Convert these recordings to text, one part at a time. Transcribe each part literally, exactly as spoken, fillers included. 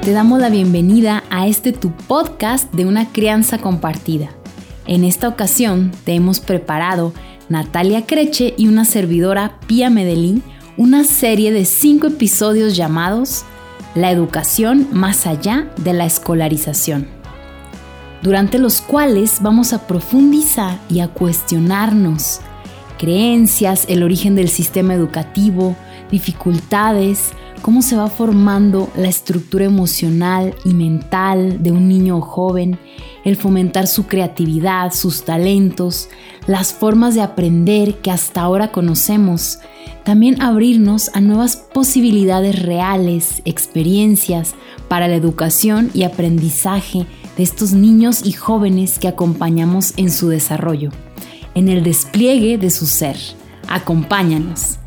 te damos la bienvenida a este tu podcast de una crianza compartida. En esta ocasión te hemos preparado Natalia Creche y una servidora Pía Medellín una serie de cinco episodios llamados La educación más allá de la escolarización, durante los cuales vamos a profundizar y a cuestionarnos creencias, el origen del sistema educativo, dificultades, cómo se va formando la estructura emocional y mental de un niño o joven, el fomentar su creatividad, sus talentos, las formas de aprender que hasta ahora conocemos, también abrirnos a nuevas posibilidades reales, experiencias para la educación y aprendizaje de estos niños y jóvenes que acompañamos en su desarrollo, en el despliegue de su ser. Acompáñanos.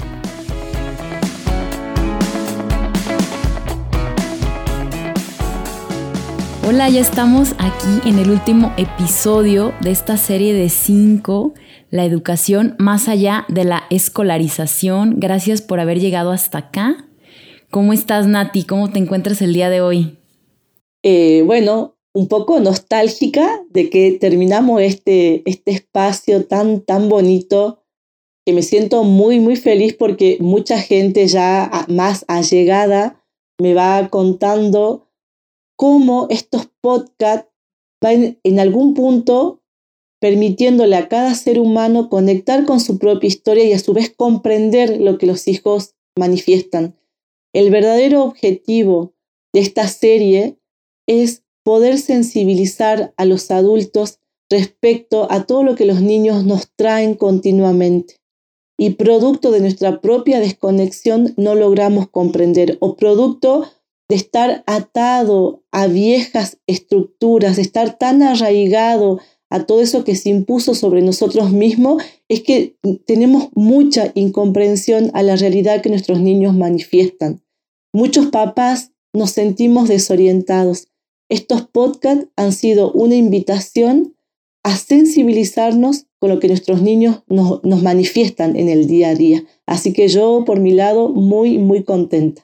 Hola, ya estamos aquí en el último episodio de esta serie de cinco, la educación más allá de la escolarización. Gracias por haber llegado hasta acá. ¿Cómo estás, Nati? ¿Cómo te encuentras el día de hoy? Eh, bueno, un poco nostálgica de que terminamos este, este espacio tan, tan bonito, que me siento muy, muy feliz porque mucha gente ya más allegada me va contando cómo estos podcasts van en algún punto permitiéndole a cada ser humano conectar con su propia historia y a su vez comprender lo que los hijos manifiestan. El verdadero objetivo de esta serie es poder sensibilizar a los adultos respecto a todo lo que los niños nos traen continuamente. Y producto de nuestra propia desconexión no logramos comprender, o producto de estar atado a viejas estructuras, de estar tan arraigado a todo eso que se impuso sobre nosotros mismos, es que tenemos mucha incomprensión a la realidad que nuestros niños manifiestan. Muchos papás nos sentimos desorientados. Estos podcasts han sido una invitación a sensibilizarnos con lo que nuestros niños nos, nos manifiestan en el día a día. Así que yo, por mi lado, muy, muy contenta.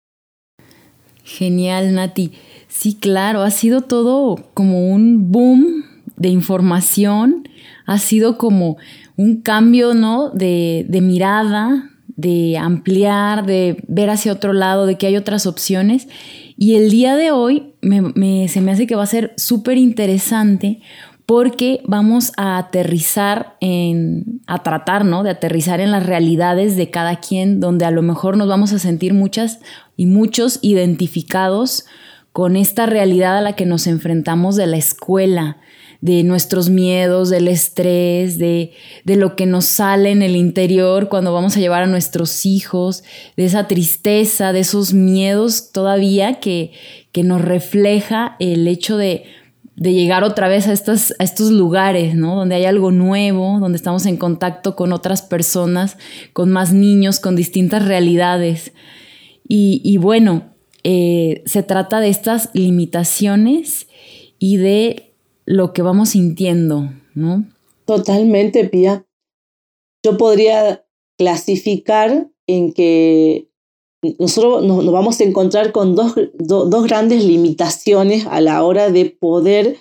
Genial, Nati. Sí, claro, ha sido todo como un boom de información, ha sido como un cambio, ¿no? de, de mirada, de ampliar, de ver hacia otro lado, de que hay otras opciones. Y el día de hoy me, me, se me hace que va a ser súper interesante porque vamos a aterrizar en, a tratar, ¿no? de aterrizar en las realidades de cada quien, donde a lo mejor nos vamos a sentir muchas y muchos identificados con esta realidad a la que nos enfrentamos de la escuela, de nuestros miedos, del estrés, de, de lo que nos sale en el interior cuando vamos a llevar a nuestros hijos, de esa tristeza, de esos miedos todavía que, que nos refleja el hecho de de llegar otra vez a, estas, a estos lugares, ¿no? Donde hay algo nuevo, donde estamos en contacto con otras personas, con más niños, con distintas realidades. Y, y bueno, eh, se trata de estas limitaciones y de lo que vamos sintiendo, ¿no? Totalmente, Pía. Yo podría clasificar en que nosotros nos, nos vamos a encontrar con dos, do, dos grandes limitaciones a la hora de poder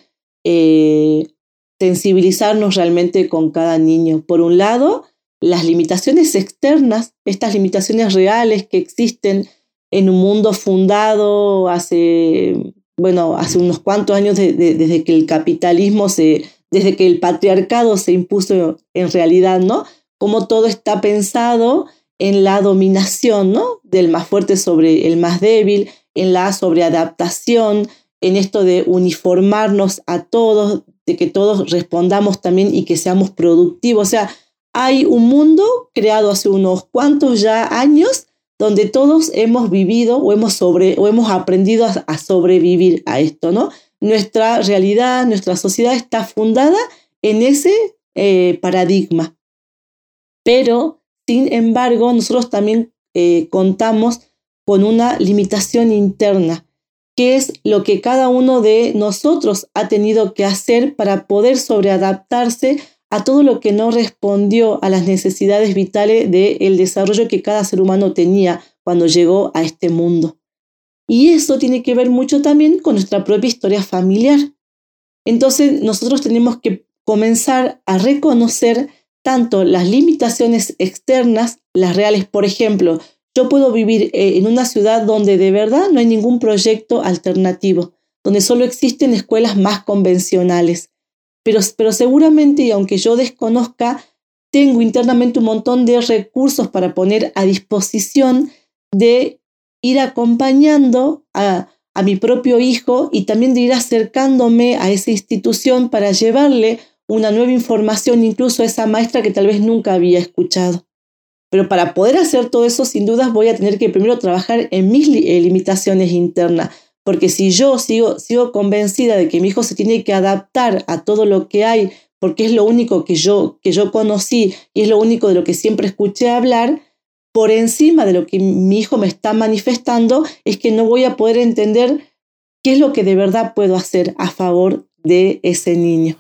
eh, sensibilizarnos realmente con cada niño. Por un lado, las limitaciones externas, estas limitaciones reales que existen en un mundo fundado hace, bueno, hace unos cuantos años de, de, desde que el capitalismo, se, desde que el patriarcado se impuso en realidad, ¿no? Cómo todo está pensado en la dominación, ¿no? del más fuerte sobre el más débil, en la sobreadaptación, en esto de uniformarnos a todos, de que todos respondamos también y que seamos productivos. O sea, hay un mundo creado hace unos cuantos ya años donde todos hemos vivido o hemos, sobre, o hemos aprendido a, a sobrevivir a esto, ¿no? Nuestra realidad, nuestra sociedad está fundada en ese eh, paradigma. Pero sin embargo, nosotros también eh, contamos con una limitación interna, que es lo que cada uno de nosotros ha tenido que hacer para poder sobreadaptarse a todo lo que no respondió a las necesidades vitales del desarrollo que cada ser humano tenía cuando llegó a este mundo. Y eso tiene que ver mucho también con nuestra propia historia familiar. Entonces nosotros tenemos que comenzar a reconocer tanto las limitaciones externas, las reales. Por ejemplo, yo puedo vivir en una ciudad donde de verdad no hay ningún proyecto alternativo, donde solo existen escuelas más convencionales. Pero, pero seguramente, y aunque yo desconozca, tengo internamente un montón de recursos para poner a disposición de ir acompañando a, a mi propio hijo y también de ir acercándome a esa institución para llevarle una nueva información, incluso a esa maestra que tal vez nunca había escuchado. Pero para poder hacer todo eso, sin dudas, voy a tener que primero trabajar en mis li- eh, limitaciones internas, porque si yo sigo, sigo convencida de que mi hijo se tiene que adaptar a todo lo que hay, porque es lo único que yo, que yo conocí y es lo único de lo que siempre escuché hablar, por encima de lo que mi hijo me está manifestando, es que no voy a poder entender qué es lo que de verdad puedo hacer a favor de ese niño.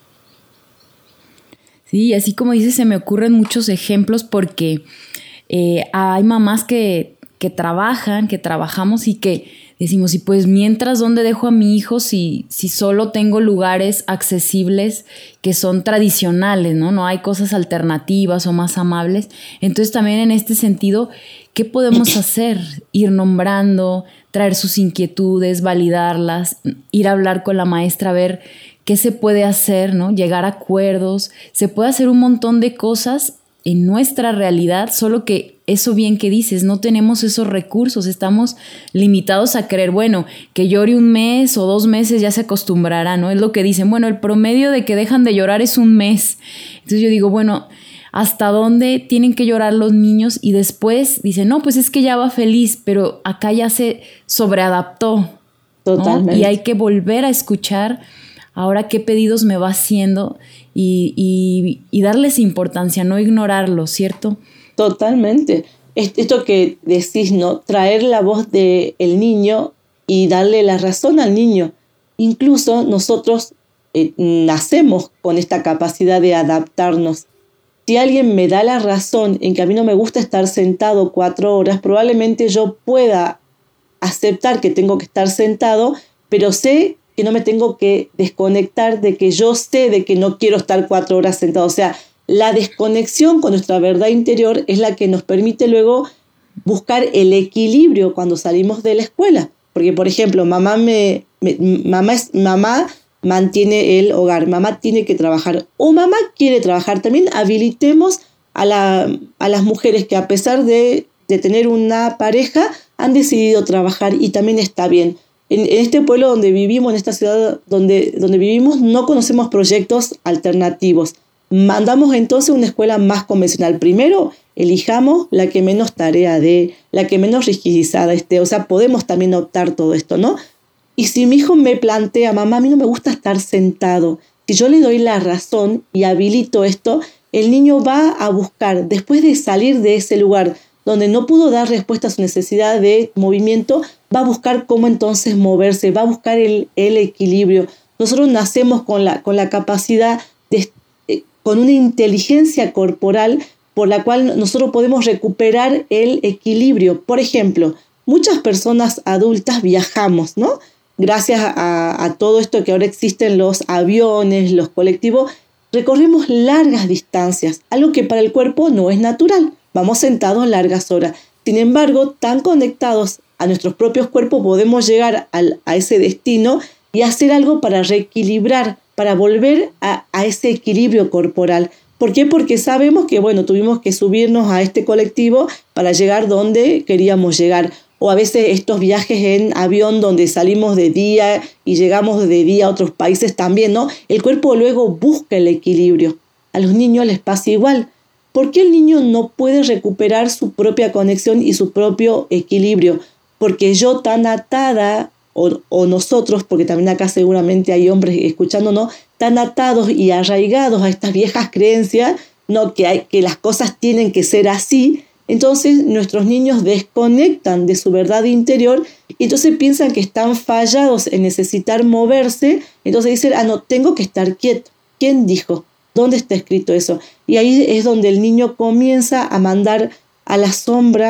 Sí, así como dices, se me ocurren muchos ejemplos porque eh, hay mamás que, que trabajan, que trabajamos y que decimos, y pues mientras, ¿dónde dejo a mi hijo si, si solo tengo lugares accesibles que son tradicionales, ¿no? No hay cosas alternativas o más amables. Entonces también en este sentido, ¿qué podemos hacer? Ir nombrando, traer sus inquietudes, validarlas, ir a hablar con la maestra, a ver qué se puede hacer, ¿no? Llegar a acuerdos. Se puede hacer un montón de cosas en nuestra realidad, solo que eso bien que dices, no tenemos esos recursos, estamos limitados a creer, bueno, que llore un mes o dos meses ya se acostumbrará, ¿no? Es lo que dicen, bueno, el promedio de que dejan de llorar es un mes. Entonces yo digo, bueno, ¿hasta dónde tienen que llorar los niños? Y después dicen, no, pues es que ya va feliz, pero acá ya se sobreadaptó, ¿no? Totalmente. Y hay que volver a escuchar ahora qué pedidos me va haciendo y, y, y darles importancia, no ignorarlo, ¿cierto? Totalmente. Esto que decís, ¿no? Traer la voz del niño y darle la razón al niño. Incluso nosotros eh, nacemos con esta capacidad de adaptarnos. Si alguien me da la razón en que a mí no me gusta estar sentado cuatro horas, probablemente yo pueda aceptar que tengo que estar sentado, pero sé que no me tengo que desconectar de que yo sé de que no quiero estar cuatro horas sentado. O sea, la desconexión con nuestra verdad interior es la que nos permite luego buscar el equilibrio cuando salimos de la escuela. Porque, por ejemplo, mamá, me, me, mamá, es, mamá mantiene el hogar, mamá tiene que trabajar o mamá quiere trabajar. También habilitemos a, la, a las mujeres que a pesar de, de tener una pareja han decidido trabajar y también está bien. En, en este pueblo donde vivimos, en esta ciudad donde, donde vivimos, no conocemos proyectos alternativos. Mandamos entonces una escuela más convencional. Primero, elijamos la que menos tarea dé, la que menos rigidizada esté. O sea, podemos también optar todo esto, ¿no? Y si mi hijo me plantea, mamá, a mí no me gusta estar sentado, si yo le doy la razón y habilito esto, el niño va a buscar, después de salir de ese lugar donde no pudo dar respuesta a su necesidad de movimiento, va a buscar cómo entonces moverse, va a buscar el, el equilibrio. Nosotros nacemos con la, con la capacidad de con una inteligencia corporal por la cual nosotros podemos recuperar el equilibrio. Por ejemplo, muchas personas adultas viajamos, ¿no? Gracias a, a todo esto que ahora existen los aviones, los colectivos, recorremos largas distancias, algo que para el cuerpo no es natural. Vamos sentados largas horas. Sin embargo, tan conectados a nuestros propios cuerpos, podemos llegar al, a ese destino y hacer algo para reequilibrar, para volver a, a ese equilibrio corporal. ¿Por qué? Porque sabemos que, bueno, tuvimos que subirnos a este colectivo para llegar donde queríamos llegar. O a veces estos viajes en avión donde salimos de día y llegamos de día a otros países también, ¿no? El cuerpo luego busca el equilibrio. A los niños les pasa igual. ¿Por qué el niño no puede recuperar su propia conexión y su propio equilibrio? Porque yo tan atada... O, o nosotros, porque también acá seguramente hay hombres escuchándonos, tan atados y arraigados a estas viejas creencias, ¿no? que, hay, que las cosas tienen que ser así, entonces nuestros niños desconectan de su verdad interior y entonces piensan que están fallados en necesitar moverse, entonces dicen, ah, no, tengo que estar quieto. ¿Quién dijo? ¿Dónde está escrito eso? Y ahí es donde el niño comienza a mandar a la sombra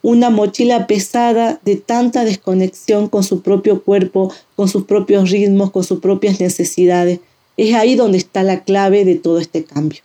una mochila pesada de tanta desconexión con su propio cuerpo, con sus propios ritmos, con sus propias necesidades. Es ahí donde está la clave de todo este cambio.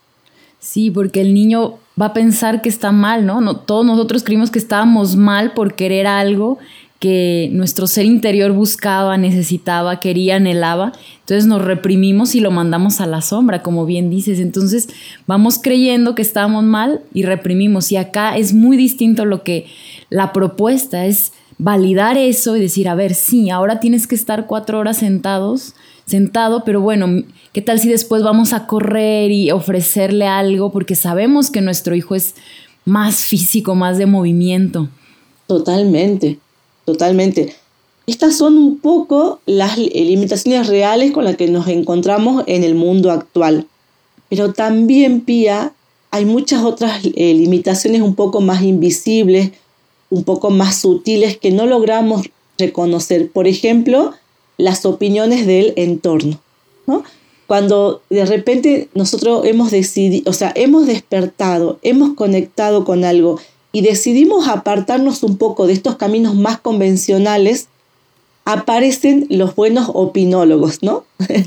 Sí, porque el niño va a pensar que está mal, ¿no? No, todos nosotros creímos que estábamos mal por querer algo que nuestro ser interior buscaba, necesitaba, quería, anhelaba. Entonces nos reprimimos y lo mandamos a la sombra, como bien dices. Entonces vamos creyendo que estábamos mal y reprimimos. Y acá es muy distinto lo que la propuesta es validar eso y decir, a ver, sí, ahora tienes que estar cuatro horas sentados, sentado, pero bueno, ¿qué tal si después vamos a correr y ofrecerle algo? Porque sabemos que nuestro hijo es más físico, más de movimiento. Totalmente. Totalmente. Estas son un poco las limitaciones reales con las que nos encontramos en el mundo actual. Pero también, Pía, hay muchas otras eh, limitaciones un poco más invisibles, un poco más sutiles que no logramos reconocer. Por ejemplo, las opiniones del entorno, ¿no? Cuando de repente nosotros hemos decidido, o sea, hemos despertado, hemos conectado con algo y decidimos apartarnos un poco de estos caminos más convencionales, aparecen los buenos opinólogos, ¿no?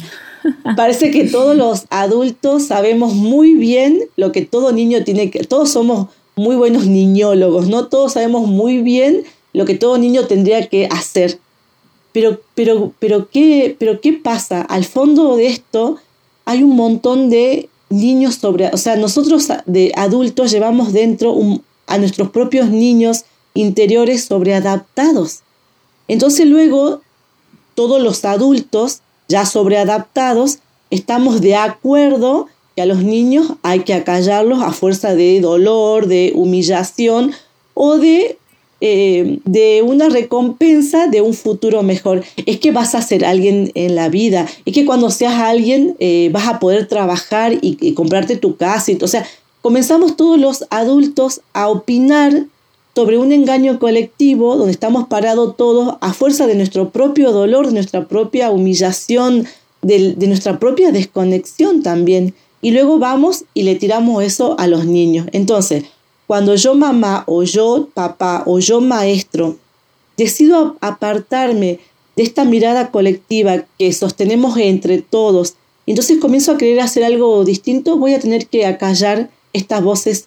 Parece que todos los adultos sabemos muy bien lo que todo niño tiene que... Todos somos muy buenos niñólogos, ¿no? Todos sabemos muy bien lo que todo niño tendría que hacer. Pero, pero, pero, ¿qué, pero ¿qué pasa? Al fondo de esto hay un montón de niños sobre... O sea, nosotros de adultos llevamos dentro un... a nuestros propios niños interiores sobreadaptados. Entonces luego todos los adultos ya sobreadaptados estamos de acuerdo que a los niños hay que acallarlos a fuerza de dolor, de humillación o de, eh, de una recompensa de un futuro mejor. Es que vas a ser alguien en la vida, es que cuando seas alguien eh, vas a poder trabajar y, y comprarte tu casa. O sea, comenzamos todos los adultos a opinar sobre un engaño colectivo donde estamos parados todos a fuerza de nuestro propio dolor, de nuestra propia humillación, de, de nuestra propia desconexión también. Y luego vamos y le tiramos eso a los niños. Entonces, cuando yo mamá o yo papá o yo maestro decido apartarme de esta mirada colectiva que sostenemos entre todos, entonces comienzo a querer hacer algo distinto, voy a tener que acallar estas voces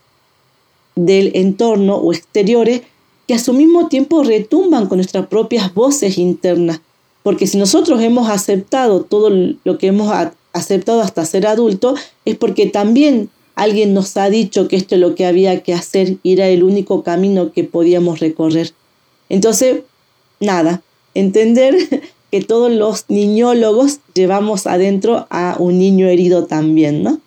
del entorno o exteriores que a su mismo tiempo retumban con nuestras propias voces internas. Porque si nosotros hemos aceptado todo lo que hemos aceptado hasta ser adultos, es porque también alguien nos ha dicho que esto es lo que había que hacer y era el único camino que podíamos recorrer. Entonces, nada, entender que todos los niñólogos llevamos adentro a un niño herido también, ¿no?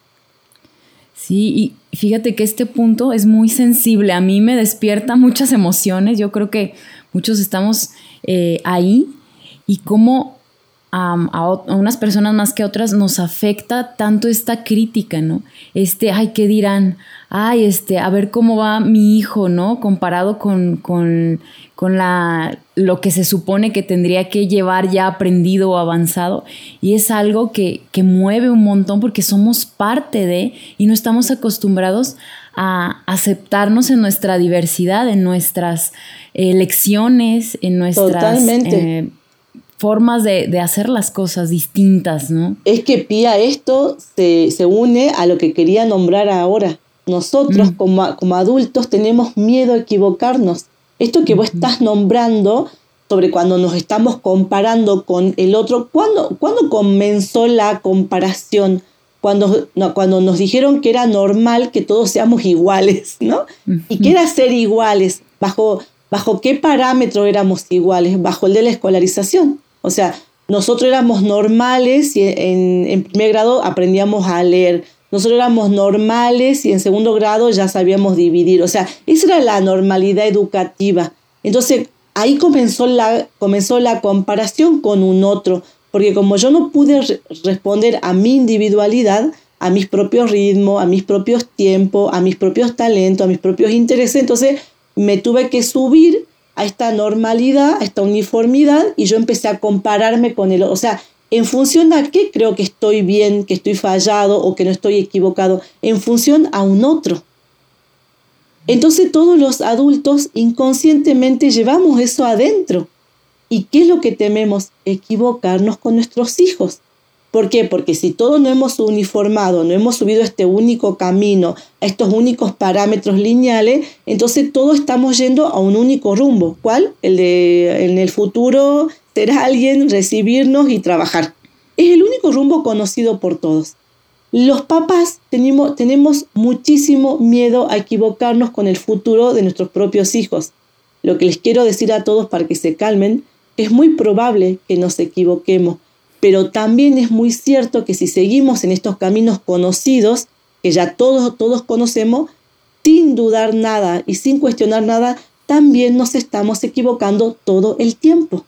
Sí, y fíjate que este punto es muy sensible. A mí me despierta muchas emociones. Yo creo que muchos estamos eh, ahí. Y cómo um, a, a unas personas más que a otras nos afecta tanto esta crítica, ¿no? Este, ay, ¿qué dirán? Ay, este, a ver cómo va mi hijo, ¿no? Comparado con, con, con la, lo que se supone que tendría que llevar ya aprendido o avanzado. Y es algo que, que mueve un montón porque somos parte de y no estamos acostumbrados a aceptarnos en nuestra diversidad, en nuestras elecciones, en nuestras eh, formas de, de hacer las cosas distintas, ¿no? Es que, Pía, esto se, se une a lo que quería nombrar ahora. Nosotros mm. como, como adultos tenemos miedo a equivocarnos. Esto que vos estás nombrando sobre cuando nos estamos comparando con el otro, ¿cuándo, ¿cuándo comenzó la comparación? Cuando, no, cuando nos dijeron que era normal que todos seamos iguales, ¿no? Uh-huh. ¿Y qué era ser iguales? ¿Bajo, ¿Bajo qué parámetro éramos iguales? Bajo el de la escolarización. O sea, nosotros éramos normales y en, en primer grado aprendíamos a leer. Nosotros éramos normales y en segundo grado ya sabíamos dividir. O sea, esa era la normalidad educativa. Entonces, ahí comenzó la, comenzó la comparación con un otro. Porque como yo no pude re- responder a mi individualidad, a mis propios ritmos, a mis propios tiempos, a mis propios talentos, a mis propios intereses, entonces me tuve que subir a esta normalidad, a esta uniformidad, y yo empecé a compararme con el otro. O sea, ¿en función a qué creo que estoy bien, que estoy fallado o que no estoy equivocado? En función a un otro. Entonces todos los adultos inconscientemente llevamos eso adentro. ¿Y qué es lo que tememos? Equivocarnos con nuestros hijos. ¿Por qué? Porque si todos no hemos uniformado, no hemos subido a este único camino, a estos únicos parámetros lineales, entonces todos estamos yendo a un único rumbo. ¿Cuál? El de en el futuro ser alguien, recibirnos y trabajar. Es el único rumbo conocido por todos. Los papás tenemos, tenemos muchísimo miedo a equivocarnos con el futuro de nuestros propios hijos. Lo que les quiero decir a todos para que se calmen, es muy probable que nos equivoquemos, pero también es muy cierto que si seguimos en estos caminos conocidos, que ya todos, todos conocemos, sin dudar nada y sin cuestionar nada, también nos estamos equivocando todo el tiempo.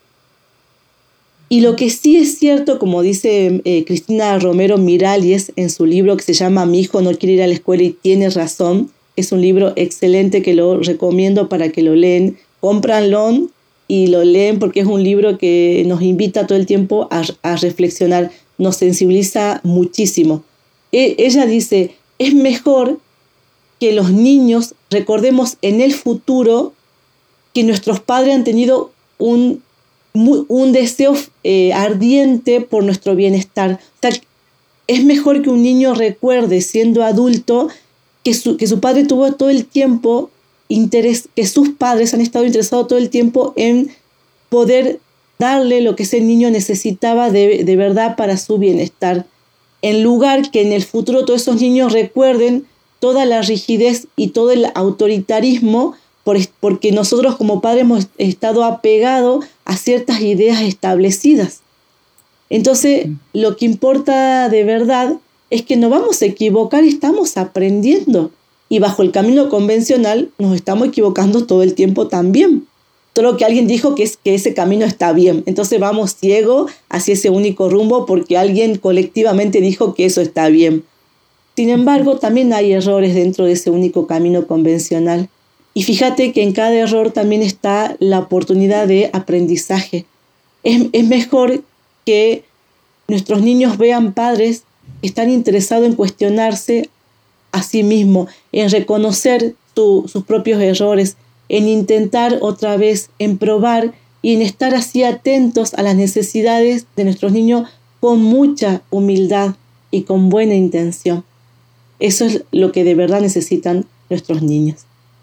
Y lo que sí es cierto, como dice eh, Cristina Romero Miralles en su libro que se llama Mi hijo no quiere ir a la escuela y tiene razón, es un libro excelente que lo recomiendo para que lo leen, cómpranlo y lo leen porque es un libro que nos invita todo el tiempo a, a reflexionar, nos sensibiliza muchísimo. E, ella dice, es mejor que los niños recordemos en el futuro que nuestros padres han tenido un, un deseo eh, ardiente por nuestro bienestar. O sea, es mejor que un niño recuerde siendo adulto que su, que su padre tuvo todo el tiempo interés, que sus padres han estado interesados todo el tiempo en poder darle lo que ese niño necesitaba de, de verdad para su bienestar, en lugar que en el futuro todos esos niños recuerden toda la rigidez y todo el autoritarismo por, porque nosotros como padres hemos estado apegados a ciertas ideas establecidas. Entonces, lo que importa de verdad es que no vamos a equivocar, estamos aprendiendo. Y bajo el camino convencional nos estamos equivocando todo el tiempo también. Solo que alguien dijo que, es, que ese camino está bien. Entonces vamos ciegos hacia ese único rumbo porque alguien colectivamente dijo que eso está bien. Sin embargo, también hay errores dentro de ese único camino convencional. Y fíjate que en cada error también está la oportunidad de aprendizaje. Es, es mejor que nuestros niños vean padres que están interesados en cuestionarse a sí mismo, en reconocer tu, sus propios errores, en intentar otra vez, en probar y en estar así atentos a las necesidades de nuestros niños con mucha humildad y con buena intención. Eso es lo que de verdad necesitan nuestros niños.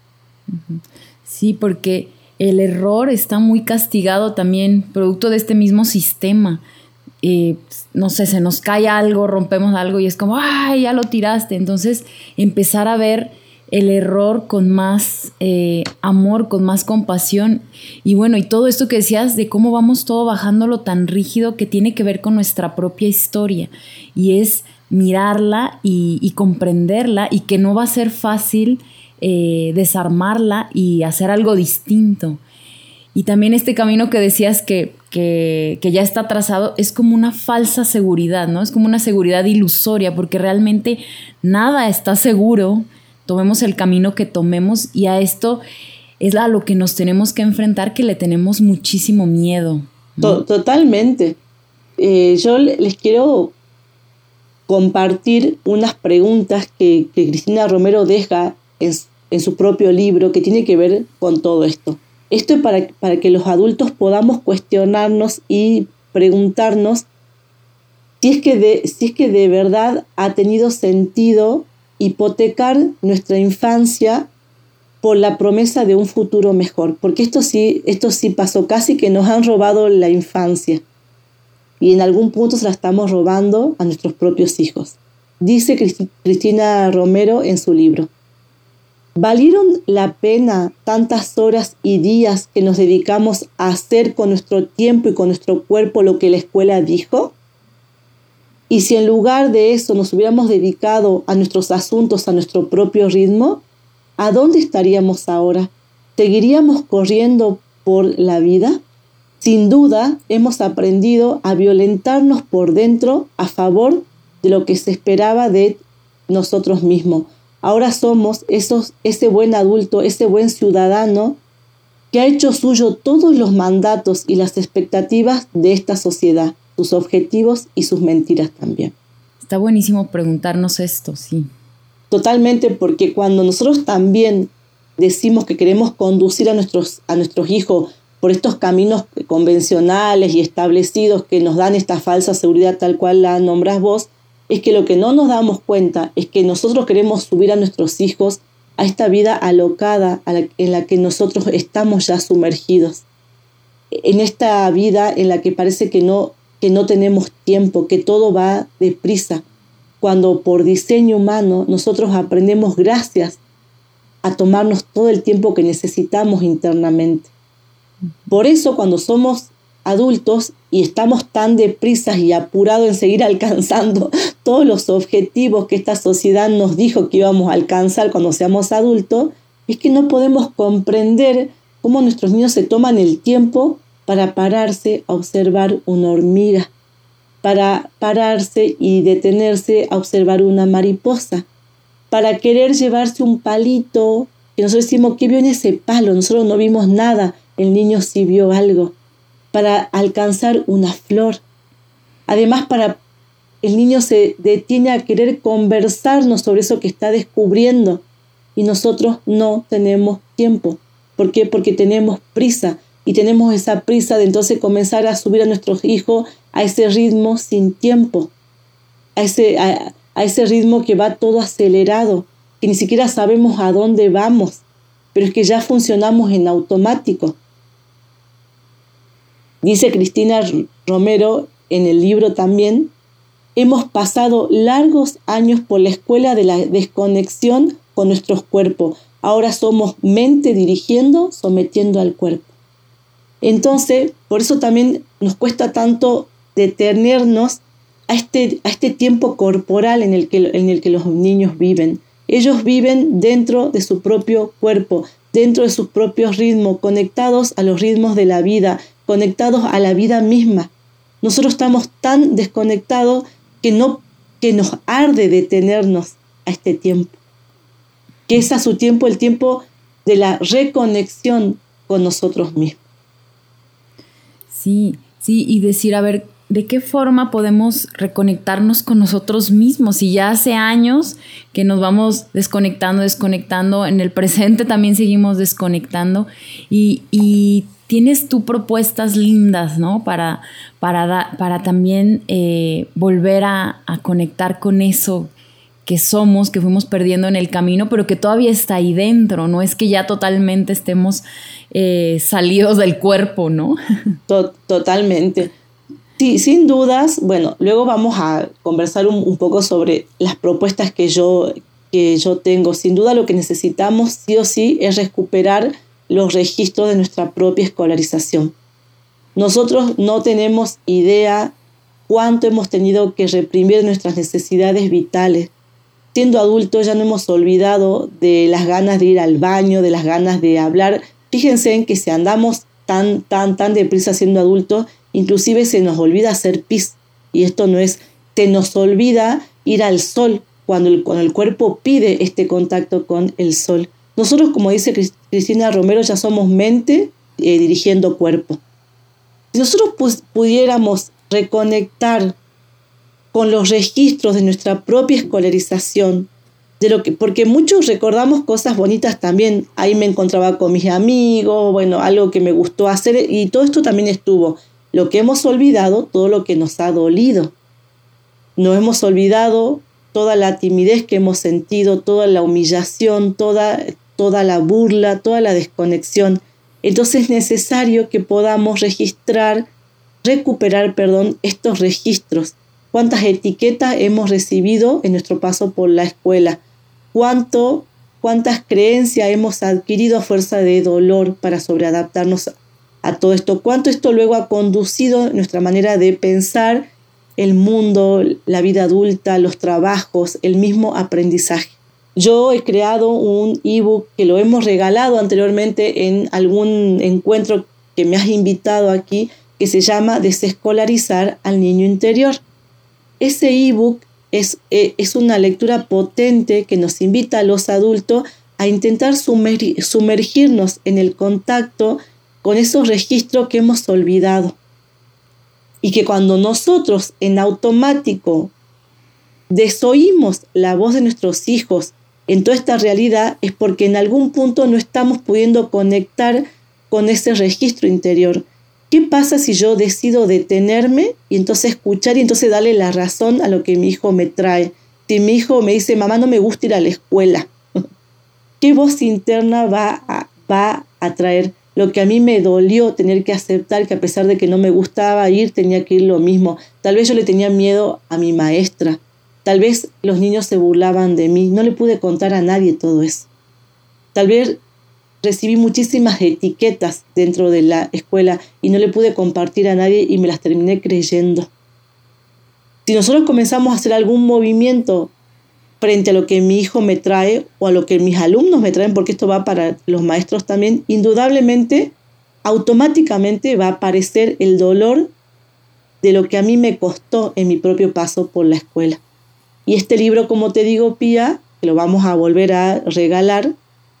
Sí, porque el error está muy castigado también, producto de este mismo sistema. Eh, no sé, se nos cae algo, rompemos algo y es como, ¡ay, ya lo tiraste! Entonces, empezar a ver el error con más eh, amor, con más compasión. Y bueno, y todo esto que decías de cómo vamos todo bajándolo tan rígido que tiene que ver con nuestra propia historia. Y es mirarla y, y comprenderla y que no va a ser fácil eh, desarmarla y hacer algo distinto. Y también este camino que decías que, que, que ya está trazado es como una falsa seguridad, ¿no? Es como una seguridad ilusoria porque realmente nada está seguro. Tomemos el camino que tomemos y a esto es a lo que nos tenemos que enfrentar, que le tenemos muchísimo miedo, ¿no? Totalmente. Eh, yo les quiero compartir unas preguntas que, que Cristina Romero deja en, en su propio libro que tiene que ver con todo esto. Esto es para, para que los adultos podamos cuestionarnos y preguntarnos si es que de, si es que de verdad ha tenido sentido hipotecar nuestra infancia por la promesa de un futuro mejor. Porque esto sí, esto sí pasó, casi que nos han robado la infancia. Y en algún punto se la estamos robando a nuestros propios hijos. Dice Cristi- Cristina Romero en su libro. ¿Valieron la pena tantas horas y días que nos dedicamos a hacer con nuestro tiempo y con nuestro cuerpo lo que la escuela dijo? Y si en lugar de eso nos hubiéramos dedicado a nuestros asuntos a nuestro propio ritmo, ¿a dónde estaríamos ahora? ¿Seguiríamos corriendo por la vida? Sin duda, hemos aprendido a violentarnos por dentro a favor de lo que se esperaba de nosotros mismos. Ahora somos esos, ese buen adulto, ese buen ciudadano que ha hecho suyo todos los mandatos y las expectativas de esta sociedad, sus objetivos y sus mentiras también. Está buenísimo preguntarnos esto, sí. Totalmente, porque cuando nosotros también decimos que queremos conducir a nuestros, a nuestros hijos por estos caminos convencionales y establecidos que nos dan esta falsa seguridad tal cual la nombrás vos, es que lo que no nos damos cuenta es que nosotros queremos subir a nuestros hijos a esta vida alocada a la, en la que nosotros estamos ya sumergidos. En esta vida en la que parece que no, que no tenemos tiempo, que todo va deprisa, cuando por diseño humano nosotros aprendemos gracias a tomarnos todo el tiempo que necesitamos internamente. Por eso cuando somos adultos y estamos tan deprisas y apurados en seguir alcanzando todos los objetivos que esta sociedad nos dijo que íbamos a alcanzar cuando seamos adultos, es que no podemos comprender cómo nuestros niños se toman el tiempo para pararse a observar una hormiga, para pararse y detenerse a observar una mariposa, para querer llevarse un palito, que nosotros decimos, ¿qué vio en ese palo? Nosotros no vimos nada, el niño sí vio algo, para alcanzar una flor. Además, para el niño se detiene a querer conversarnos sobre eso que está descubriendo y nosotros no tenemos tiempo. ¿Por qué? Porque tenemos prisa y tenemos esa prisa de entonces comenzar a subir a nuestros hijos a ese ritmo sin tiempo, a ese, a, a ese ritmo que va todo acelerado, que ni siquiera sabemos a dónde vamos, pero es que ya funcionamos en automático. Dice Cristina Romero en el libro también, hemos pasado largos años por la escuela de la desconexión con nuestros cuerpos. Ahora somos mente dirigiendo, sometiendo al cuerpo. Entonces, por eso también nos cuesta tanto detenernos a este, a este tiempo corporal en el, que, en el que los niños viven. Ellos viven dentro de su propio cuerpo, dentro de sus propios ritmos, conectados a los ritmos de la vida, conectados a la vida misma. Nosotros estamos tan desconectados que, no, que nos arde detenernos a este tiempo. Que es a su tiempo el tiempo de la reconexión con nosotros mismos. Sí, sí, y decir, a ver, ¿de qué forma podemos reconectarnos con nosotros mismos? Si ya hace años que nos vamos desconectando, desconectando, en el presente también seguimos desconectando y, y tienes tú propuestas lindas, ¿no? Para, para, da, para también eh, volver a, a conectar con eso que somos, que fuimos perdiendo en el camino, pero que todavía está ahí dentro, no es que ya totalmente estemos eh, salidos del cuerpo, ¿no? Totalmente. Sí, sin dudas. Bueno, luego vamos a conversar un, un poco sobre las propuestas que yo, que yo tengo. Sin duda lo que necesitamos sí o sí es recuperar los registros de nuestra propia escolarización. Nosotros no tenemos idea cuánto hemos tenido que reprimir nuestras necesidades vitales. Siendo adultos ya no hemos olvidado de las ganas de ir al baño, de las ganas de hablar. Fíjense en que si andamos tan, tan, tan deprisa siendo adultos, inclusive se nos olvida hacer pis. Y esto no es, se nos olvida ir al sol cuando el, cuando el cuerpo pide este contacto con el sol. Nosotros, como dice Cristina Romero, ya somos mente eh, dirigiendo cuerpo. Si nosotros pues, pudiéramos reconectar con los registros de nuestra propia escolarización, de lo que, porque muchos recordamos cosas bonitas también. Ahí me encontraba con mis amigos, bueno, algo que me gustó hacer, y todo esto también estuvo. Lo que hemos olvidado, todo lo que nos ha dolido. No hemos olvidado toda la timidez que hemos sentido, toda la humillación, toda, toda la burla, toda la desconexión. Entonces es necesario que podamos registrar, recuperar, perdón, estos registros. Cuántas etiquetas hemos recibido en nuestro paso por la escuela, cuánto, cuántas creencias hemos adquirido a fuerza de dolor para sobreadaptarnos a todo esto, cuánto esto luego ha conducido nuestra manera de pensar el mundo, la vida adulta, los trabajos, el mismo aprendizaje. Yo he creado un ebook que lo hemos regalado anteriormente en algún encuentro que me has invitado aquí, que se llama Desescolarizar al Niño Interior. Ese ebook es, es una lectura potente que nos invita a los adultos a intentar sumergir, sumergirnos en el contacto con esos registros que hemos olvidado. Y que cuando nosotros en automático desoímos la voz de nuestros hijos en toda esta realidad es porque en algún punto no estamos pudiendo conectar con ese registro interior. ¿Qué pasa si yo decido detenerme y entonces escuchar y entonces darle la razón a lo que mi hijo me trae? Si mi hijo me dice, mamá, no me gusta ir a la escuela, ¿qué voz interna va a, va a traer? Lo que a mí me dolió tener que aceptar, que a pesar de que no me gustaba ir, tenía que ir lo mismo. Tal vez yo le tenía miedo a mi maestra. Tal vez los niños se burlaban de mí. No le pude contar a nadie todo eso. Tal vez recibí muchísimas etiquetas dentro de la escuela y no le pude compartir a nadie y me las terminé creyendo. Si nosotros comenzamos a hacer algún movimiento frente a lo que mi hijo me trae o a lo que mis alumnos me traen, porque esto va para los maestros también, indudablemente, automáticamente va a aparecer el dolor de lo que a mí me costó en mi propio paso por la escuela. Y este libro, como te digo, Pía, que lo vamos a volver a regalar,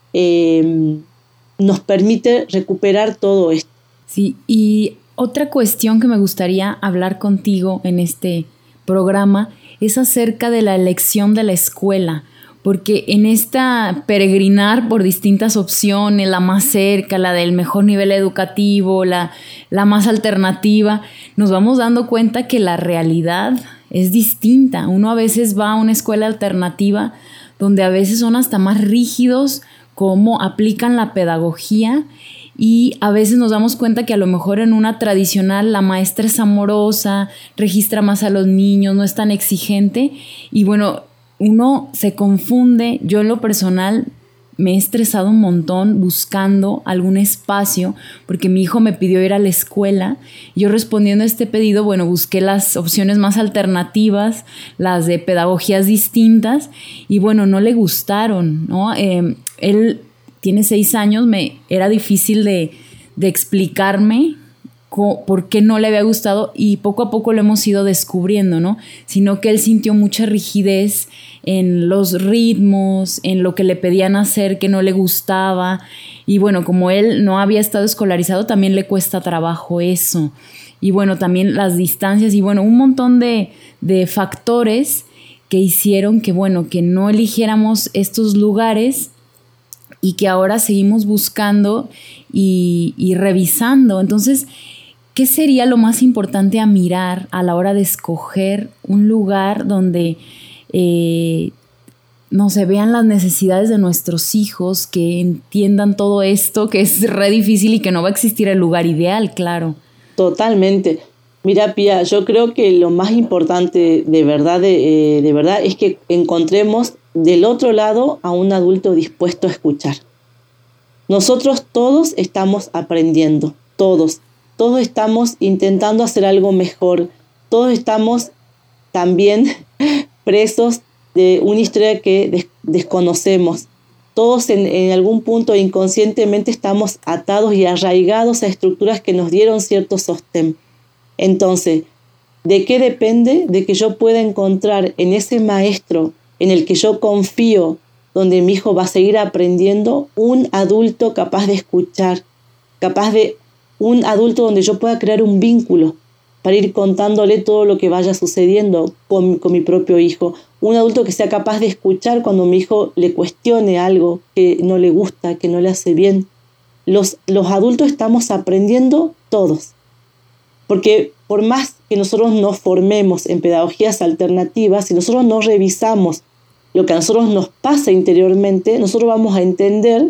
eh, nos permite recuperar todo esto. Sí, y otra cuestión que me gustaría hablar contigo en este programa es acerca de la elección de la escuela, porque en esta peregrinar por distintas opciones, la más cerca, la del mejor nivel educativo, la, la más alternativa, nos vamos dando cuenta que la realidad es distinta. Uno a veces va a una escuela alternativa donde a veces son hasta más rígidos cómo aplican la pedagogía, y a veces nos damos cuenta que a lo mejor en una tradicional la maestra es amorosa, registra más a los niños, no es tan exigente, y bueno, uno se confunde. Yo en lo personal me he estresado un montón buscando algún espacio porque mi hijo me pidió ir a la escuela. Yo, respondiendo a este pedido, bueno, busqué las opciones más alternativas, las de pedagogías distintas, y bueno, no le gustaron, ¿no? Eh, él tiene seis años, me era difícil de, de explicarme co- por qué no le había gustado, y poco a poco lo hemos ido descubriendo, ¿no? Sino que él sintió mucha rigidez en los ritmos, en lo que le pedían hacer que no le gustaba, y bueno, como él no había estado escolarizado, también le cuesta trabajo eso, y bueno, también las distancias, y bueno, un montón de, de factores que hicieron que, bueno, que no eligiéramos estos lugares, y que ahora seguimos buscando y, y revisando. Entonces, ¿qué sería lo más importante a mirar a la hora de escoger un lugar donde eh, no se vean las necesidades de nuestros hijos, que entiendan todo esto, que es re difícil y que no va a existir el lugar ideal, claro? Totalmente. Mira, Pía, yo creo que lo más importante de verdad, de, eh, de verdad es que encontremos del otro lado a un adulto dispuesto a escuchar. Nosotros todos estamos aprendiendo, todos. Todos estamos intentando hacer algo mejor. Todos estamos también presos de una historia que des- desconocemos. Todos en, en algún punto inconscientemente estamos atados y arraigados a estructuras que nos dieron cierto sostén. Entonces, ¿de qué depende? De que yo pueda encontrar en ese maestro en el que yo confío, donde mi hijo va a seguir aprendiendo, un adulto capaz de escuchar, capaz de un adulto donde yo pueda crear un vínculo para ir contándole todo lo que vaya sucediendo con, con mi propio hijo. Un adulto que sea capaz de escuchar cuando mi hijo le cuestione algo que no le gusta, que no le hace bien. Los, los adultos estamos aprendiendo todos. Porque por más que nosotros nos formemos en pedagogías alternativas, si nosotros no revisamos lo que a nosotros nos pasa interiormente, nosotros vamos a entender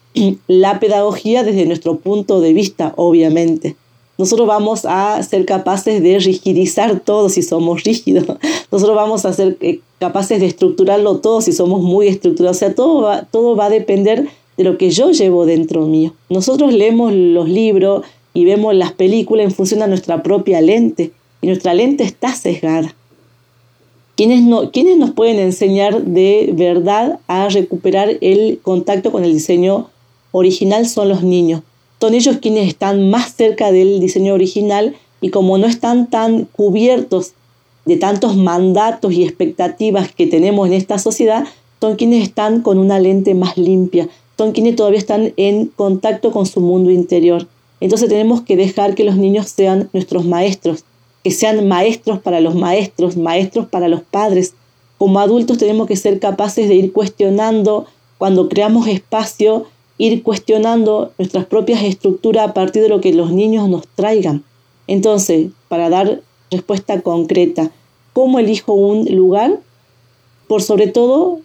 la pedagogía desde nuestro punto de vista, obviamente. Nosotros vamos a ser capaces de rigidizar todo si somos rígidos. Nosotros vamos a ser capaces de estructurarlo todo si somos muy estructurados. O sea, todo va, todo va a depender de lo que yo llevo dentro mío. Nosotros leemos los libros y vemos las películas en función a nuestra propia lente, y nuestra lente está sesgada. ¿Quiénes, no, ¿Quiénes nos pueden enseñar de verdad a recuperar el contacto con el diseño original? Son los niños. Son ellos quienes están más cerca del diseño original, y como no están tan cubiertos de tantos mandatos y expectativas que tenemos en esta sociedad, son quienes están con una lente más limpia, son quienes todavía están en contacto con su mundo interior. Entonces tenemos que dejar que los niños sean nuestros maestros, que sean maestros para los maestros, maestros para los padres, como adultos tenemos que ser capaces de ir cuestionando, cuando creamos espacio, ir cuestionando nuestras propias estructuras a partir de lo que los niños nos traigan. Entonces, para dar respuesta concreta, ¿cómo elijo un lugar? Por sobre todo,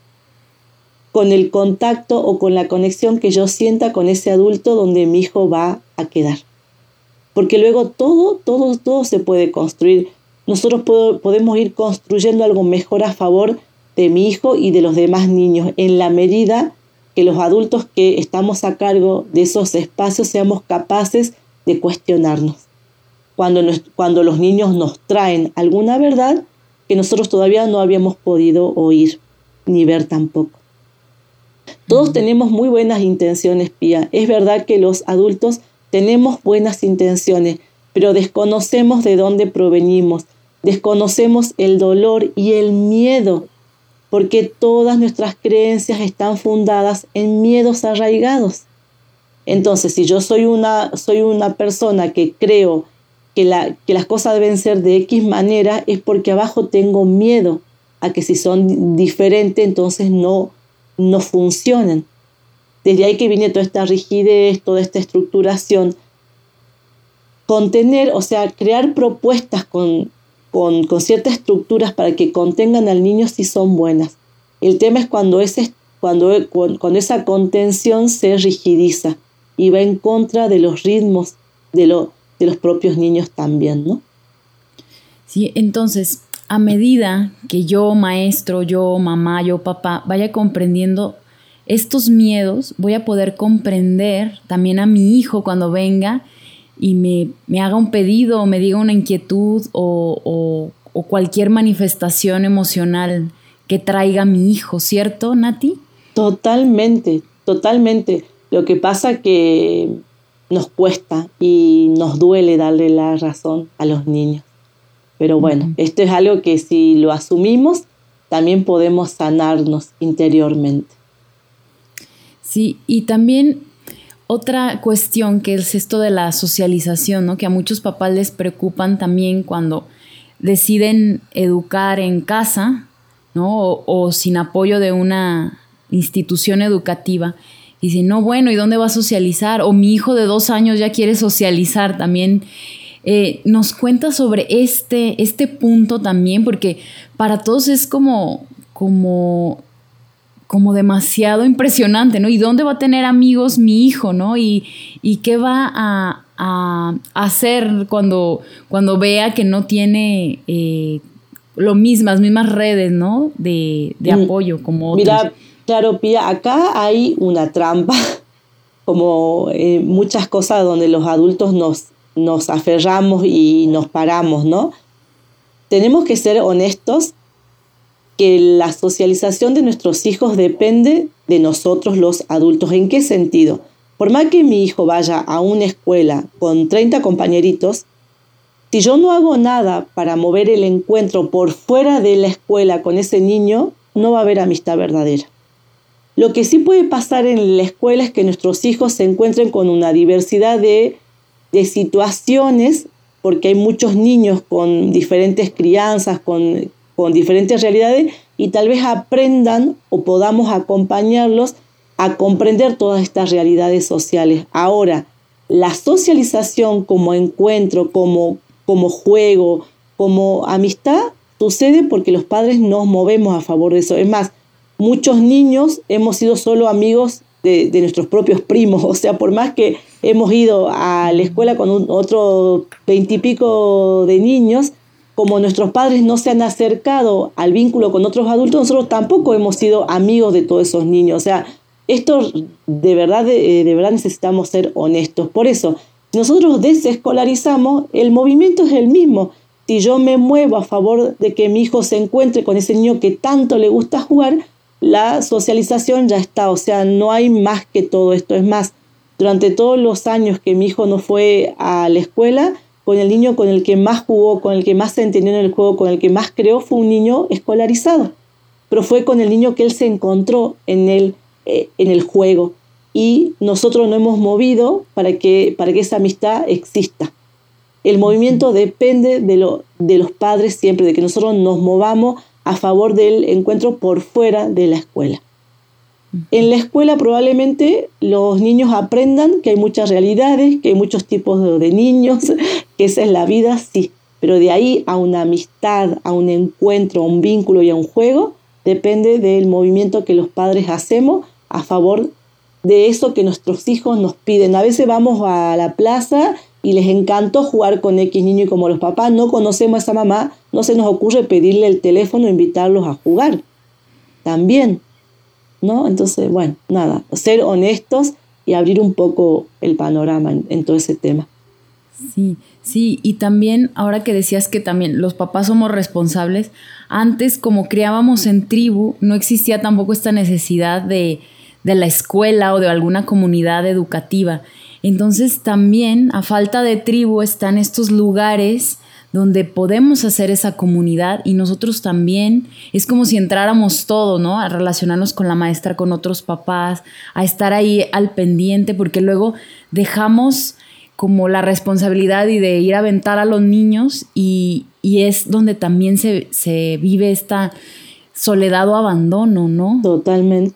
con el contacto o con la conexión que yo sienta con ese adulto donde mi hijo va a quedar. Porque luego todo, todo, todo se puede construir. Nosotros puedo, podemos ir construyendo algo mejor a favor de mi hijo y de los demás niños, en la medida que los adultos que estamos a cargo de esos espacios seamos capaces de cuestionarnos. Cuando, nos, cuando los niños nos traen alguna verdad que nosotros todavía no habíamos podido oír ni ver tampoco. Todos mm. tenemos muy buenas intenciones, Pía. Es verdad que los adultos tenemos buenas intenciones, pero desconocemos de dónde provenimos, desconocemos el dolor y el miedo, porque todas nuestras creencias están fundadas en miedos arraigados. Entonces, si yo soy una, soy una persona que creo que, la, que las cosas deben ser de X manera, es porque abajo tengo miedo a que si son diferentes, entonces no, no funcionen. Desde ahí que viene toda esta rigidez, toda esta estructuración. Contener, o sea, crear propuestas con, con, con ciertas estructuras para que contengan al niño si son buenas. El tema es cuando, ese, cuando, cuando esa contención se rigidiza y va en contra de los ritmos de, lo, de los propios niños también, ¿no? Sí, entonces, a medida que yo, maestro, yo, mamá, yo, papá, vaya comprendiendo estos miedos, voy a poder comprender también a mi hijo cuando venga y me, me haga un pedido o me diga una inquietud o, o, o cualquier manifestación emocional que traiga mi hijo, ¿cierto, Nati? Totalmente, totalmente. Lo que pasa que nos cuesta y nos duele darle la razón a los niños. Pero bueno, uh-huh. esto es algo que si lo asumimos, también podemos sanarnos interiormente. Sí, y también otra cuestión que es esto de la socialización, ¿no? Que a muchos papás les preocupan también cuando deciden educar en casa, ¿no? O, o sin apoyo de una institución educativa. Y dicen, no, bueno, ¿y dónde va a socializar? O mi hijo de dos años ya quiere socializar también. Eh, nos cuenta sobre este, este punto también, porque para todos es como... como como demasiado impresionante, ¿no? ¿Y dónde va a tener amigos mi hijo, no? Y, y qué va a, a hacer cuando, cuando vea que no tiene eh, lo mismo, las mismas redes, ¿no? De, de apoyo como otros. Mira, claro, Pía, acá hay una trampa, como eh, muchas cosas donde los adultos nos, nos aferramos y nos paramos, ¿no? Tenemos que ser honestos que la socialización de nuestros hijos depende de nosotros los adultos. ¿En qué sentido? Por más que mi hijo vaya a una escuela con treinta compañeritos, si yo no hago nada para mover el encuentro por fuera de la escuela con ese niño, no va a haber amistad verdadera. Lo que sí puede pasar en la escuela es que nuestros hijos se encuentren con una diversidad de, de situaciones, porque hay muchos niños con diferentes crianzas, con con diferentes realidades y tal vez aprendan o podamos acompañarlos a comprender todas estas realidades sociales. Ahora, la socialización como encuentro, como, como juego, como amistad, sucede porque los padres nos movemos a favor de eso. Es más, muchos niños hemos sido solo amigos de, de nuestros propios primos. O sea, por más que hemos ido a la escuela con un, otro veintipico de niños, como nuestros padres no se han acercado al vínculo con otros adultos, nosotros tampoco hemos sido amigos de todos esos niños. O sea, esto de verdad, de, de verdad necesitamos ser honestos. Por eso, si nosotros desescolarizamos, el movimiento es el mismo. Si yo me muevo a favor de que mi hijo se encuentre con ese niño que tanto le gusta jugar, la socialización ya está. O sea, no hay más que todo esto. Es más, durante todos los años que mi hijo no fue a la escuela, con el niño con el que más jugó, con el que más se entendió en el juego, con el que más creó, fue un niño escolarizado. Pero fue con el niño que él se encontró en el, eh, en el juego. Y nosotros nos hemos movido para que, para que esa amistad exista. El movimiento depende de, lo, de los padres siempre, de que nosotros nos movamos a favor del encuentro por fuera de la escuela. En la escuela probablemente los niños aprendan que hay muchas realidades, que hay muchos tipos de, de niños, que esa es la vida, sí. Pero de ahí a una amistad, a un encuentro, a un vínculo y a un juego, depende del movimiento que los padres hacemos a favor de eso que nuestros hijos nos piden. A veces vamos a la plaza y les encantó jugar con X niño y como los papás no conocemos a esa mamá, no se nos ocurre pedirle el teléfono e invitarlos a jugar. También, ¿no? Entonces, bueno, nada, ser honestos y abrir un poco el panorama en, en todo ese tema. Sí, sí, y también ahora que decías que también los papás somos responsables, antes como criábamos en tribu, no existía tampoco esta necesidad de, de la escuela o de alguna comunidad educativa. Entonces también a falta de tribu están estos lugares donde podemos hacer esa comunidad y nosotros también, es como si entráramos todo, ¿no? A relacionarnos con la maestra, con otros papás, a estar ahí al pendiente, porque luego dejamos como la responsabilidad y de ir a aventar a los niños y, y es donde también se, se vive esta soledad o abandono, ¿no? Totalmente.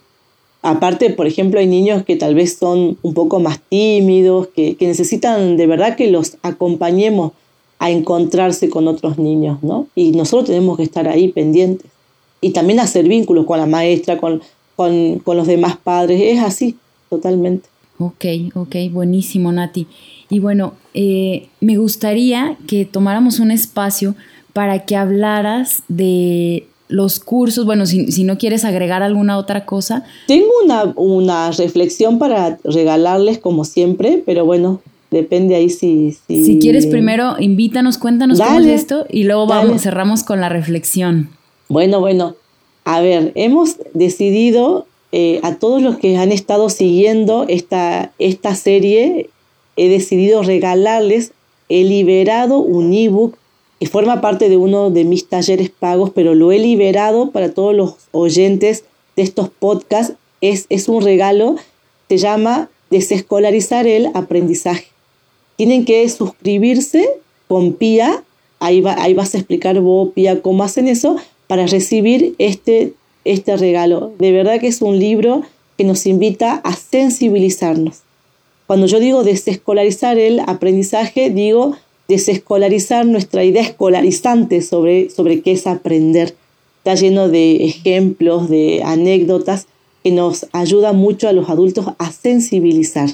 Aparte, por ejemplo, hay niños que tal vez son un poco más tímidos, que, que necesitan de verdad que los acompañemos a encontrarse con otros niños, ¿no? Y nosotros tenemos que estar ahí pendientes. Y también hacer vínculos con la maestra, con, con, con los demás padres. Es así, totalmente. Ok, ok, buenísimo, Nati. Y bueno, eh, me gustaría que tomáramos un espacio para que hablaras de los cursos. Bueno, si, si no quieres agregar alguna otra cosa. Tengo una, una reflexión para regalarles como siempre, pero bueno, depende ahí si... Si, si quieres primero, invítanos, cuéntanos dale, cómo es esto y luego vamos, cerramos con la reflexión. Bueno, bueno, a ver, hemos decidido... Eh, a todos los que han estado siguiendo esta, esta serie, he decidido regalarles, he liberado un ebook que forma parte de uno de mis talleres pagos, pero lo he liberado para todos los oyentes de estos podcasts. Es, es un regalo, se llama Desescolarizar el Aprendizaje. Tienen que suscribirse con Pía, ahí, va, ahí vas a explicar vos, Pía, cómo hacen eso, para recibir este este regalo. De verdad que es un libro que nos invita a sensibilizarnos. Cuando yo digo desescolarizar el aprendizaje, digo desescolarizar nuestra idea escolarizante sobre, sobre qué es aprender. Está lleno de ejemplos, de anécdotas que nos ayudan mucho a los adultos a sensibilizar.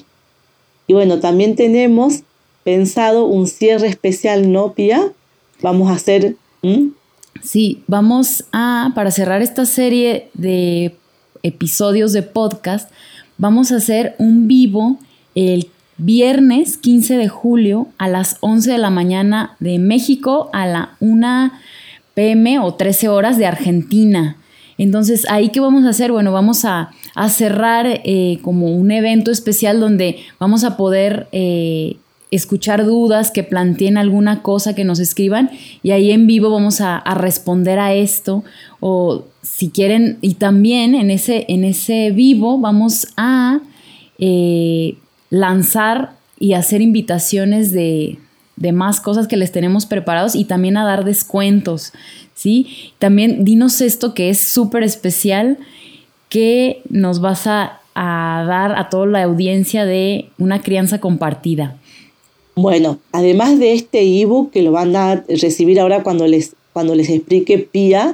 Y bueno, también tenemos pensado un cierre especial, ¿no, Pía? Vamos a hacer... ¿m? Sí, vamos a, para cerrar esta serie de episodios de podcast, vamos a hacer un vivo el viernes quince de julio a las once de la mañana de México, a la una pe eme o trece horas de Argentina. Entonces, ¿ahí qué vamos a hacer? Bueno, vamos a, a cerrar eh, como un evento especial donde vamos a poder... Eh, escuchar dudas, que planteen alguna cosa, que nos escriban y ahí en vivo vamos a, a responder a esto o si quieren y también en ese, en ese vivo vamos a eh, lanzar y hacer invitaciones de, de más cosas que les tenemos preparados y también a dar descuentos, ¿sí? También dinos esto que es súper especial que nos vas a, a dar a toda la audiencia de Una Crianza Compartida. Bueno, además de este ebook que lo van a recibir ahora cuando les, cuando les explique Pía,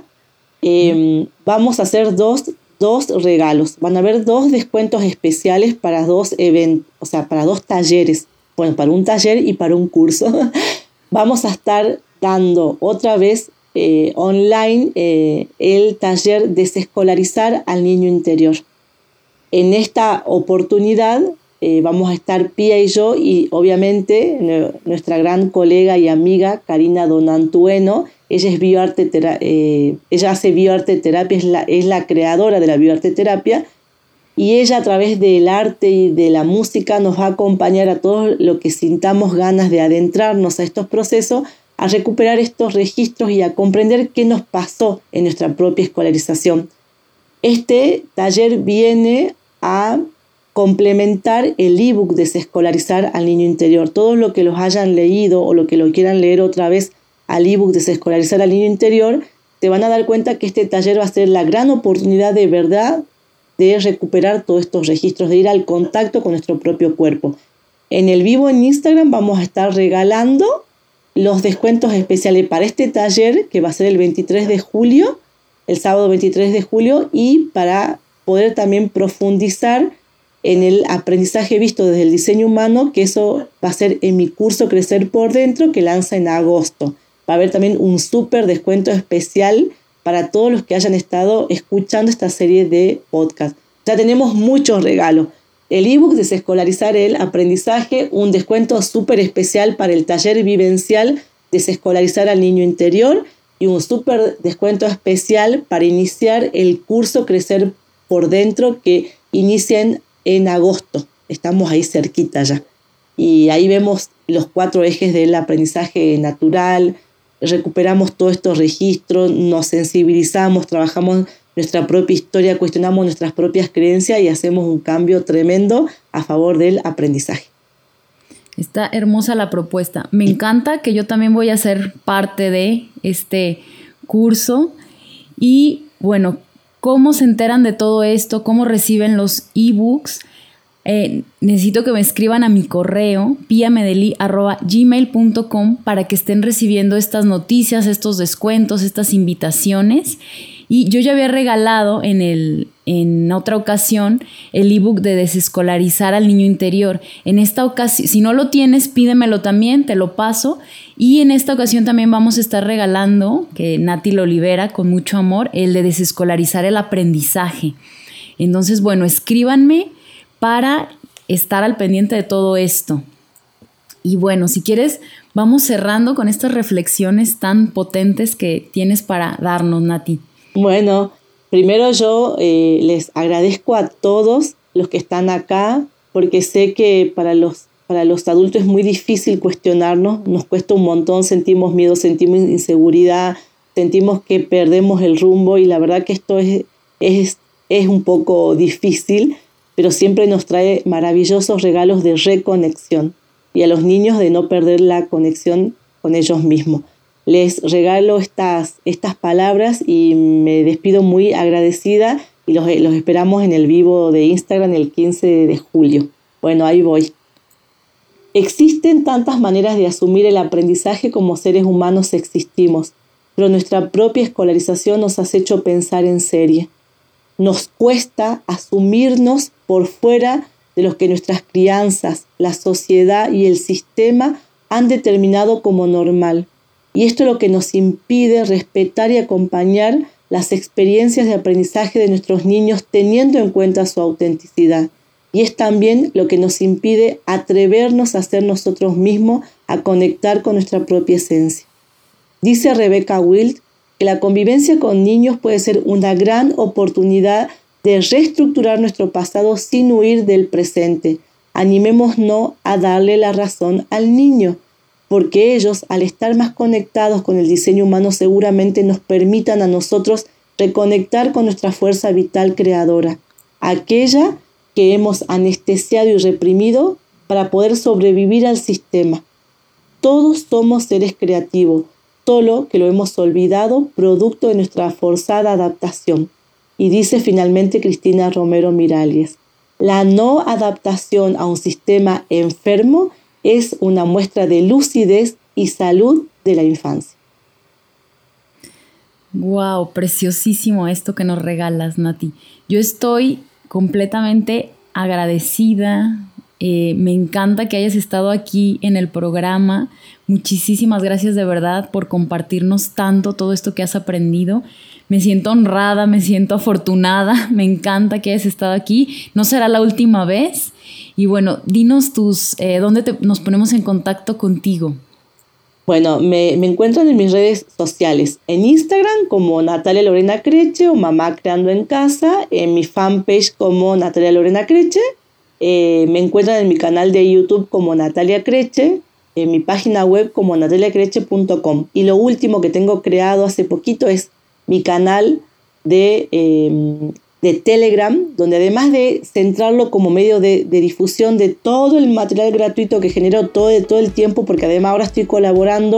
eh, vamos a hacer dos, dos regalos. Van a haber dos descuentos especiales para dos eventos, o sea, para dos talleres. Bueno, para un taller y para un curso. Vamos a estar dando otra vez eh, online eh, el taller Desescolarizar al Niño Interior. En esta oportunidad... Eh, vamos a estar Pía y yo y obviamente n- nuestra gran colega y amiga Karina Donantueno. Ella es bioarte tera- eh, ella hace bioarte terapia, es la, es la creadora de la bioarte terapia y ella a través del arte y de la música nos va a acompañar a todos los que sintamos ganas de adentrarnos a estos procesos, a recuperar estos registros y a comprender qué nos pasó en nuestra propia escolarización. Este taller viene a complementar el ebook Desescolarizar al Niño Interior. Todos los que los hayan leído o lo que lo quieran leer otra vez al ebook Desescolarizar al Niño Interior, se van a dar cuenta que este taller va a ser la gran oportunidad de verdad de recuperar todos estos registros, de ir al contacto con nuestro propio cuerpo. En el vivo en Instagram vamos a estar regalando los descuentos especiales para este taller, que va a ser el veintitrés de julio, el sábado veintitrés de julio, y para poder también profundizar en el aprendizaje visto desde el diseño humano, que eso va a ser en mi curso Crecer por Dentro, que lanza en agosto. Va a haber también un súper descuento especial para todos los que hayan estado escuchando esta serie de podcasts. Ya tenemos muchos regalos. El ebook Desescolarizar el Aprendizaje, un descuento súper especial para el taller vivencial Desescolarizar al Niño Interior, y un súper descuento especial para iniciar el curso Crecer por Dentro, que inicia en, en agosto. Estamos ahí cerquita ya. Y ahí vemos los cuatro ejes del aprendizaje natural, recuperamos todos estos registros, nos sensibilizamos, trabajamos nuestra propia historia, cuestionamos nuestras propias creencias y hacemos un cambio tremendo a favor del aprendizaje. Está hermosa la propuesta. Me encanta, que yo también voy a ser parte de este curso. Y bueno, ¿cómo se enteran de todo esto? ¿Cómo reciben los ebooks? Eh, necesito que me escriban a mi correo pia medellí arroba gmail punto com para que estén recibiendo estas noticias, estos descuentos, estas invitaciones. Y yo ya había regalado en, el, en otra ocasión el ebook de Desescolarizar al Niño Interior. En esta ocasión, si no lo tienes, pídemelo también, te lo paso. Y en esta ocasión también vamos a estar regalando, que Nati lo libera con mucho amor, el de Desescolarizar el Aprendizaje. Entonces, bueno, escríbanme para estar al pendiente de todo esto. Y bueno, si quieres, vamos cerrando con estas reflexiones tan potentes que tienes para darnos, Nati. Bueno, primero yo eh, les agradezco a todos los que están acá, porque sé que para los, para los adultos es muy difícil cuestionarnos, nos cuesta un montón, sentimos miedo, sentimos inseguridad, sentimos que perdemos el rumbo, y la verdad que esto es, es, es un poco difícil, pero siempre nos trae maravillosos regalos de reconexión, y a los niños de no perder la conexión con ellos mismos. Les regalo estas, estas palabras y me despido muy agradecida, y los, los esperamos en el vivo de Instagram el quince de julio. Bueno, ahí voy. Existen tantas maneras de asumir el aprendizaje como seres humanos existimos, pero nuestra propia escolarización nos ha hecho pensar en serie. Nos cuesta asumirnos por fuera de lo que nuestras crianzas, la sociedad y el sistema han determinado como normal. Y esto es lo que nos impide respetar y acompañar las experiencias de aprendizaje de nuestros niños, teniendo en cuenta su autenticidad. Y es también lo que nos impide atrevernos a ser nosotros mismos, a conectar con nuestra propia esencia. Dice Rebecca Wild que la convivencia con niños puede ser una gran oportunidad de reestructurar nuestro pasado sin huir del presente. Animémonos a darle la razón al niño, porque ellos, al estar más conectados con el diseño humano, seguramente nos permitan a nosotros reconectar con nuestra fuerza vital creadora, aquella que hemos anestesiado y reprimido para poder sobrevivir al sistema. Todos somos seres creativos, solo que lo hemos olvidado producto de nuestra forzada adaptación. Y dice finalmente Cristina Romero Miralles, la no adaptación a un sistema enfermo es una muestra de lucidez y salud de la infancia. Wow, preciosísimo esto que nos regalas, Nati. Yo estoy completamente agradecida. Eh, me encanta que hayas estado aquí en el programa. Muchísimas gracias de verdad por compartirnos tanto todo esto que has aprendido. Me siento honrada, me siento afortunada. Me encanta que hayas estado aquí. No será la última vez. Y bueno, dinos tus, eh, ¿dónde te, nos ponemos en contacto contigo? Bueno, me, me encuentran en mis redes sociales, en Instagram como Natalia Lorena Creche o Mamá Creando en Casa, en mi fanpage como Natalia Lorena Creche, eh, me encuentran en mi canal de YouTube como Natalia Creche, en mi página web como natalia creche punto com. Y lo último que tengo creado hace poquito es mi canal de... Eh, de Telegram, donde además de centrarlo como medio de, de difusión de todo el material gratuito que genero todo, todo el tiempo, porque además ahora estoy colaborando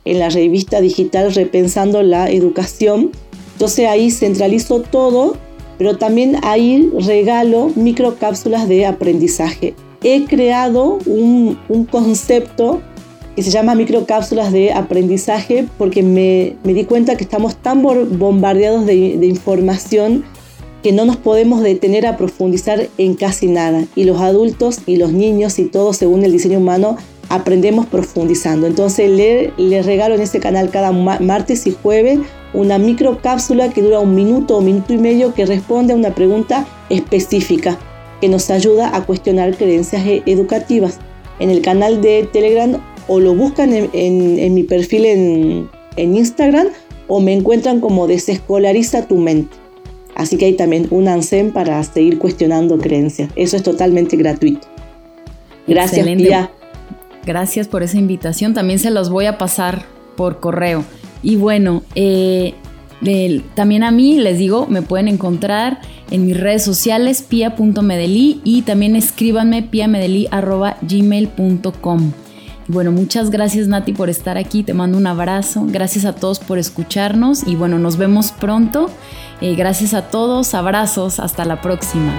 en la revista digital Repensando la Educación. Entonces ahí centralizo todo, pero también ahí regalo microcápsulas de aprendizaje. He creado un, un concepto que se llama microcápsulas de aprendizaje porque me, me di cuenta que estamos tan bombardeados de, de información que no nos podemos detener a profundizar en casi nada. Y los adultos y los niños y todos, según el diseño humano, aprendemos profundizando. Entonces les le regalo en ese canal cada ma- martes y jueves una microcápsula que dura un minuto o minuto y medio que responde a una pregunta específica que nos ayuda a cuestionar creencias e- educativas. En el canal de Telegram o lo buscan en, en, en mi perfil en, en Instagram o me encuentran como Desescolariza tu mente. Así que hay también un ANSEM para seguir cuestionando creencias. Eso es totalmente gratuito. Gracias, Excelente. Pía. Gracias por esa invitación. También se los voy a pasar por correo. Y bueno, eh, de, también a mí les digo, me pueden encontrar en mis redes sociales, pia punto medelí, y también escríbanme piamedelí arroba gmail punto com. Bueno, muchas gracias, Nati, por estar aquí. Te mando un abrazo. Gracias a todos por escucharnos y bueno, nos vemos pronto. Eh, gracias a todos. Abrazos. Hasta la próxima.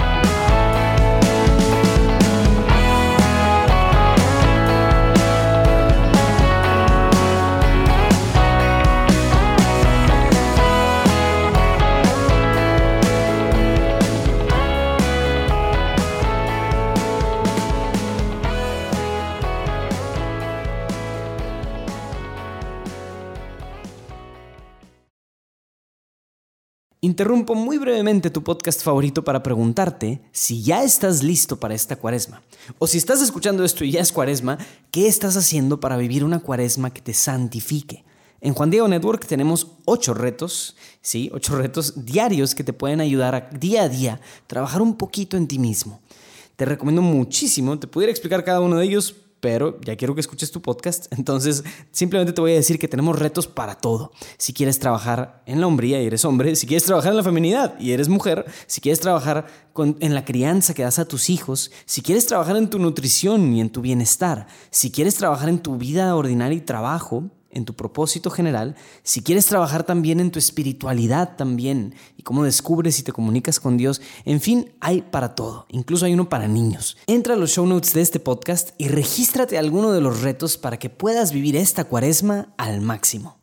Interrumpo muy brevemente tu podcast favorito para preguntarte si ya estás listo para esta cuaresma. O si estás escuchando esto y ya es cuaresma, ¿qué estás haciendo para vivir una cuaresma que te santifique? En Juan Diego Network tenemos ocho retos, ¿sí? Ocho retos diarios que te pueden ayudar a día a día trabajar un poquito en ti mismo. Te recomiendo muchísimo, te pudiera explicar cada uno de ellos, pero ya quiero que escuches tu podcast, entonces simplemente te voy a decir que tenemos retos para todo. Si quieres trabajar en la hombría y eres hombre, si quieres trabajar en la feminidad y eres mujer, si quieres trabajar con, en la crianza que das a tus hijos, si quieres trabajar en tu nutrición y en tu bienestar, si quieres trabajar en tu vida ordinaria y trabajo, en tu propósito general, si quieres trabajar también en tu espiritualidad también y cómo descubres y te comunicas con Dios, en fin, hay para todo, incluso hay uno para niños. Entra a los show notes de este podcast y regístrate a alguno de los retos para que puedas vivir esta cuaresma al máximo.